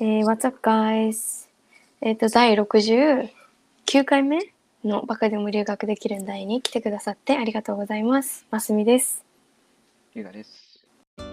What's up, guys? 第69回目のバカでも留学できるんだいに来てくださってありがとうございます。ますみです。 ゆがです。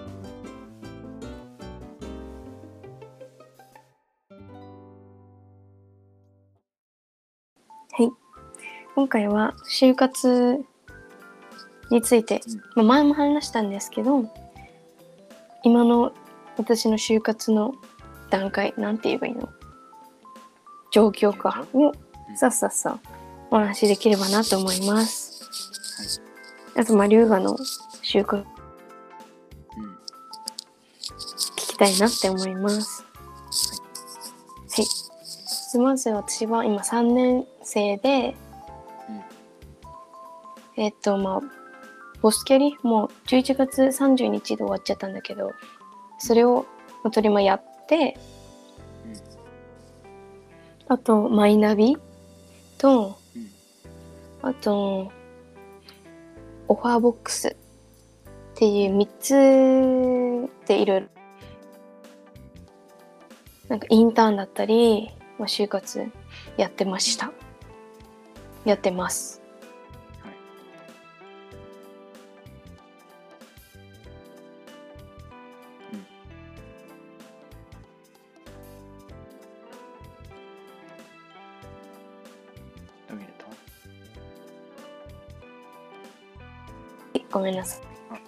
はい。今回は就活について、前も話したんですけど、今の私の就活の段階、なんて言えばいいの？状況かをさっお話しできればなと思います。はい、あと、留学の就活、聞きたいなって思います。はい。まず私は今3年生で、ボスキャリもう11月30日で終わっちゃったんだけど、それを取りやって、あとマイナビと、あとオファーボックスっていう3つでいろいろなんかインターンだったり、就活やってました。やってます。ごめんなさい。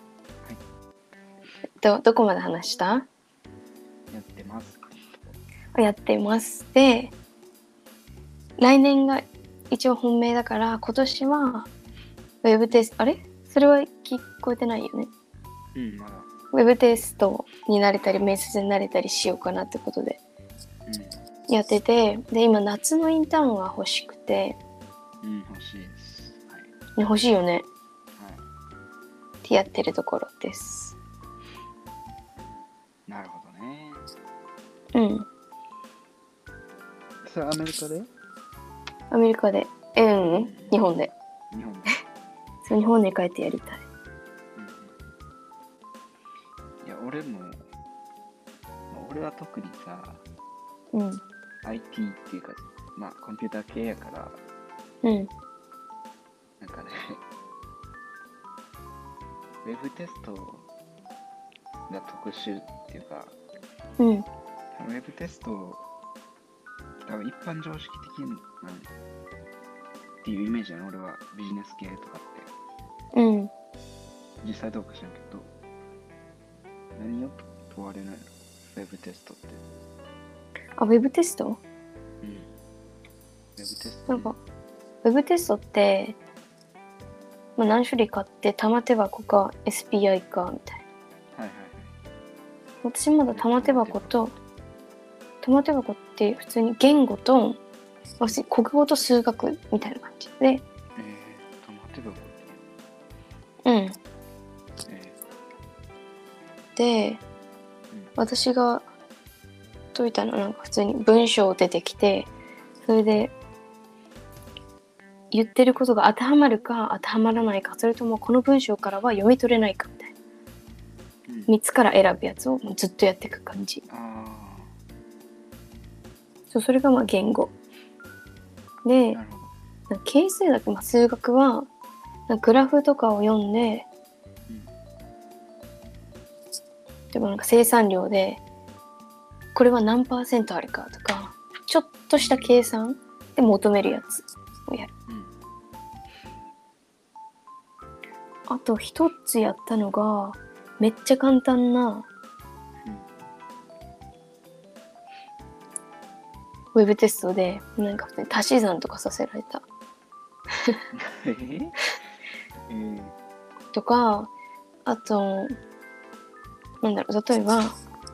どこまで話した？ やってます。 やってます。で、来年が一応本命だから、今年はウェブテスト、あれ？それは聞こえてないよね。 まだ。 ウェブテストになれたり、面接になれたりしようかなってことで、やってて、で、今夏のインターンが欲しくて、 欲しいです。はい。 欲しいよね。 はい。 ってやってるところです。 なるほどね。それアメリカで？ アメリカで、日本で。そう、日本で帰ってやりたい。 いや、俺は特にさ、IT っていうか、コンピューター系やから、なんかね、ウェブテストが特殊っていうか、ウェブテスト多分一般常識的なっていうイメージやね、俺はビジネス系とかって。実際どうか知らんけど、何を問われるのやろ、ウェブテストって。 ウェブテスト？ ウェブテスト、 なんか、ウェブテストって、何種類かあって、玉手箱か SPI かみたいな。私まだ玉手箱って普通に言語と、国語と数学みたいな感じで。 玉手箱っていう。 で、私が解いたのはなんか普通に文章出てきて、それで言ってることが当てはまるか当てはまらないか、それともこの文章からは読み取れないかみたいな、3つから選ぶやつをずっとやっていく感じ。それが言語で、係数だけ、数学はグラフとかを読んで、でも生産量でこれは何%あるかとか、ちょっとした計算で求めるやつをやる。あと一つやったのがめっちゃ簡単なウェブテストで、普通に足し算とかさせられたとか、あと例えば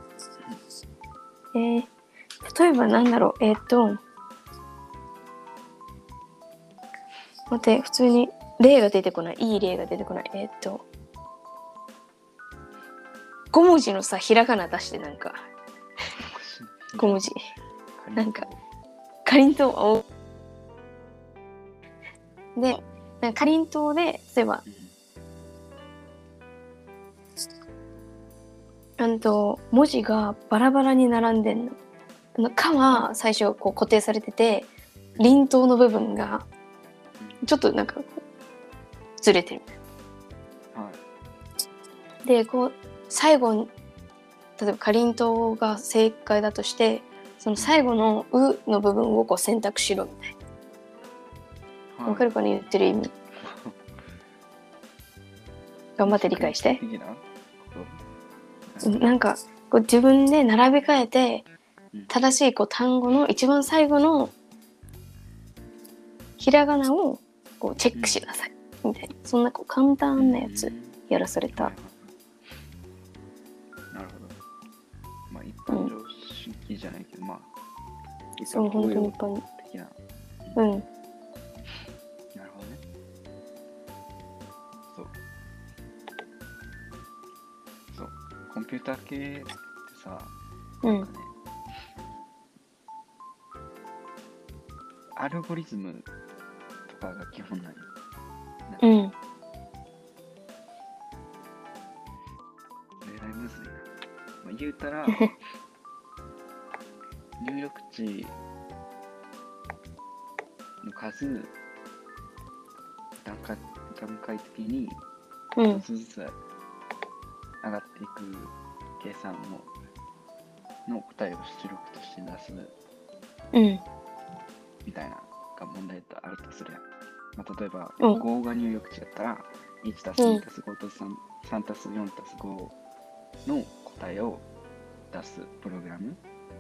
待って、普通に例が出てこない。いい例が出てこない。5文字のさ、ひらがな出して5文字。かりんとう。で、かりんとうで、例えば、文字がバラバラに並んでんの。 かは最初こう固定されてて、輪頭の部分がちょっとなんかこうずれてる。 はい。 でこう最後に例えばかりんとうが正解だとして、その最後の「う」の部分をこう選択しろみたいな。わかるかな、言ってる意味。頑張って理解して。なんかこう自分で並び替えて、正しいこう単語の一番最後のひらがなをこうチェックしなさいみたいな、そんなこう簡単なやつやらされた。 なるほど。まあ一般常識じゃないけど、まあそう本当に一般的な。 うん。 なるほどね。そう。コンピューター系ってさ、なんかね、アルゴリズムとかが基本なんよ。 うん。 えらいむずいな。まあ、言うたら、入力値の数、段階的に一つずつ上がっていく計算の答えを出力として出す、みたいなが問題とあるとするやん。まあ、例えば、5が入力値だったら、1たす2たす5たす3たす4たす5の答えを出すプログラム。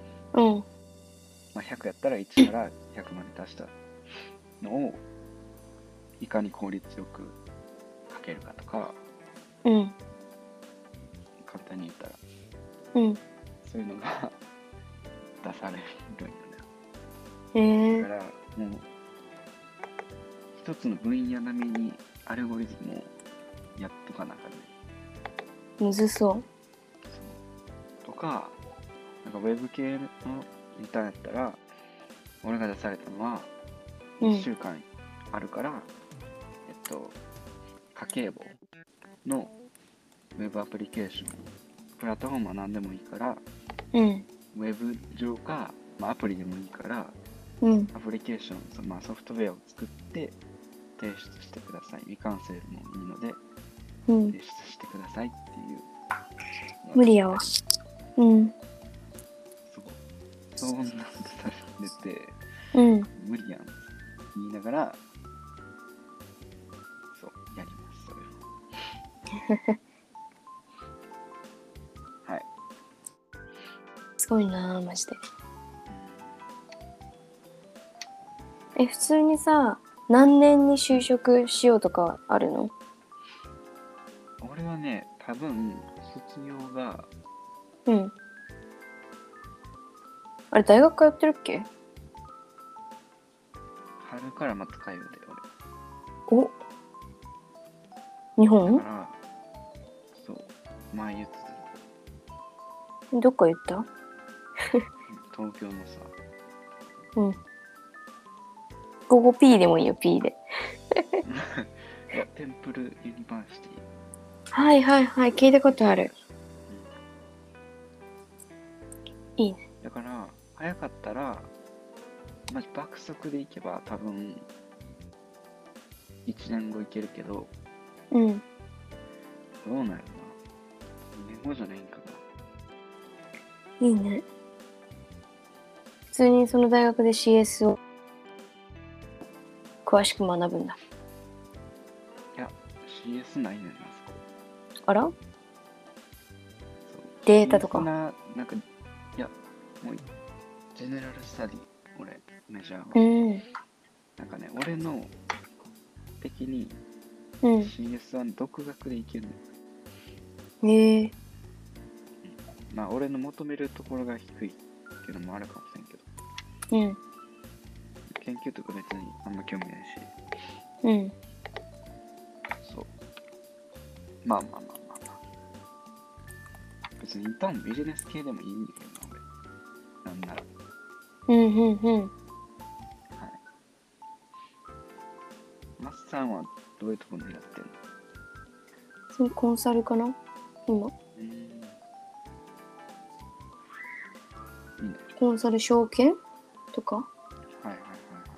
まあ、100やったら1から100まで出したのをいかに効率よく書けるかとか、簡単に言ったら、そういうのが出されるんだよ。だからもう一つの分野並みにアルゴリズムをやっとかなかね。 むずそう。 とか、なんかウェブ系のインターネットやったら、俺が出されたのは1週間あるから、家計簿のウェブアプリケーション、プラットフォームは何でもいいから、ウェブ上か、まあ、アプリでもいいから、アプリケーション、まあ、ソフトウェアを作って提出してください。未完成でもいいので、提出してくださいっていう。 無理やわ。 そんなんされてて、無理やん言いながら、そうやりますそれを。はい。 すごいなマジで。普通にさ、何年に就職しようとかあるの？ 俺はね、多分卒業があれ大学通ってるっけ？ 春からまた通うで俺。お、日本？ だからそう前言ってた。どっか言った？ 東京のさ。 ここ P でもいいよ P で。 いやテンプルユニバーシティ。 はいはいはい、聞いたことある。いいね。 だから早かったら、まじ爆速でいけば多分1年後いけるけど、どうなんやろな。2年後じゃないんかな。いいね。普通にその大学で CS を詳しく学ぶんだ。 いや CS ないねんな、そこ。 あら？データとか。 なんかいやもうジェネラルスタディ、俺メジャーは。なんかね、俺の的に CS は独学でいけるの。まあ俺の求めるところが低いっていうのもあるかもしれんけど、研究とか別にあんま興味ないし、そう、まあ別にインターンビジネス系でもいいんだけどな、俺なんなら。はい。マスさんはどういうところでやってんの？ そのコンサルかな今。 いいね。 コンサル証券とか。 はいはいはいはい。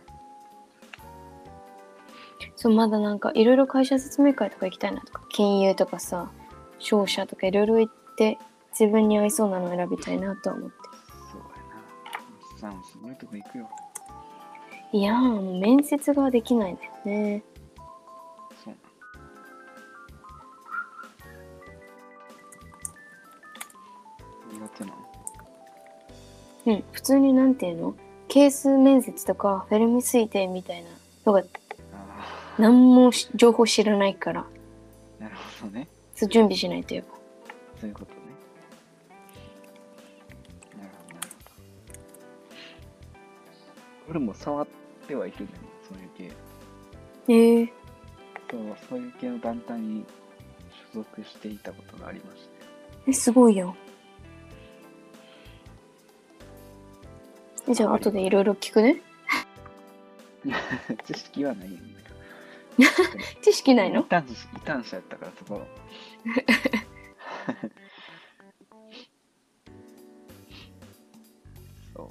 そう、まだなんかいろいろ会社説明会とか行きたいなとか、金融とかさ、商社とかいろいろ行って自分に合いそうなのを選びたいなとは思って。 そうやな。さんすごいとこ行くよ。 いやー、もう面接ができないんだよね。 そうな。苦手なの？ うん、普通になんていうの？ケース面接とかフェルミ推定みたいなのが何も情報知らないから。 なるほどね。 そう準備しないとやっぱ。 そういうことね。なるほどなるほど。俺も触ってはいるね、そういう系。そういう系の団体に所属していたことがありまして。 すごいよ。じゃあ後でいろいろ聞くね。 知識はないんだけど。 知識ないの？ 異端者やったからそこ。そう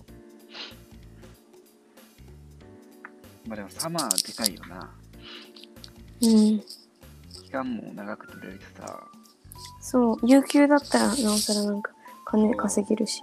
。まあでもサマーでかいよな。 うん。 期間も長く取れるしさ。 そう、有給だったらなおさらなんか金稼げるし。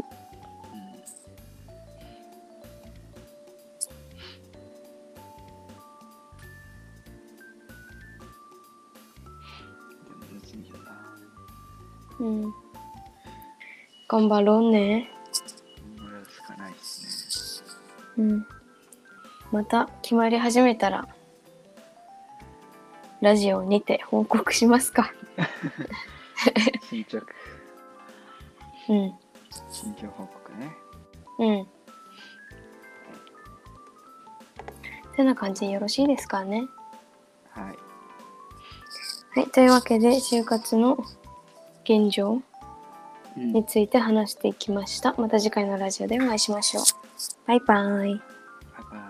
うん。頑張ろうね。 頑張るしかないしね。 うん。また決まり始めたらラジオにて報告しますか。 進捗。 うん。 近況報告ね。 うん。てな感じでよろしいですかね。 はい。 はい、というわけで就活の現状について話していきました。また次回のラジオでお会いしましょう。バイバイ。 バイバイ。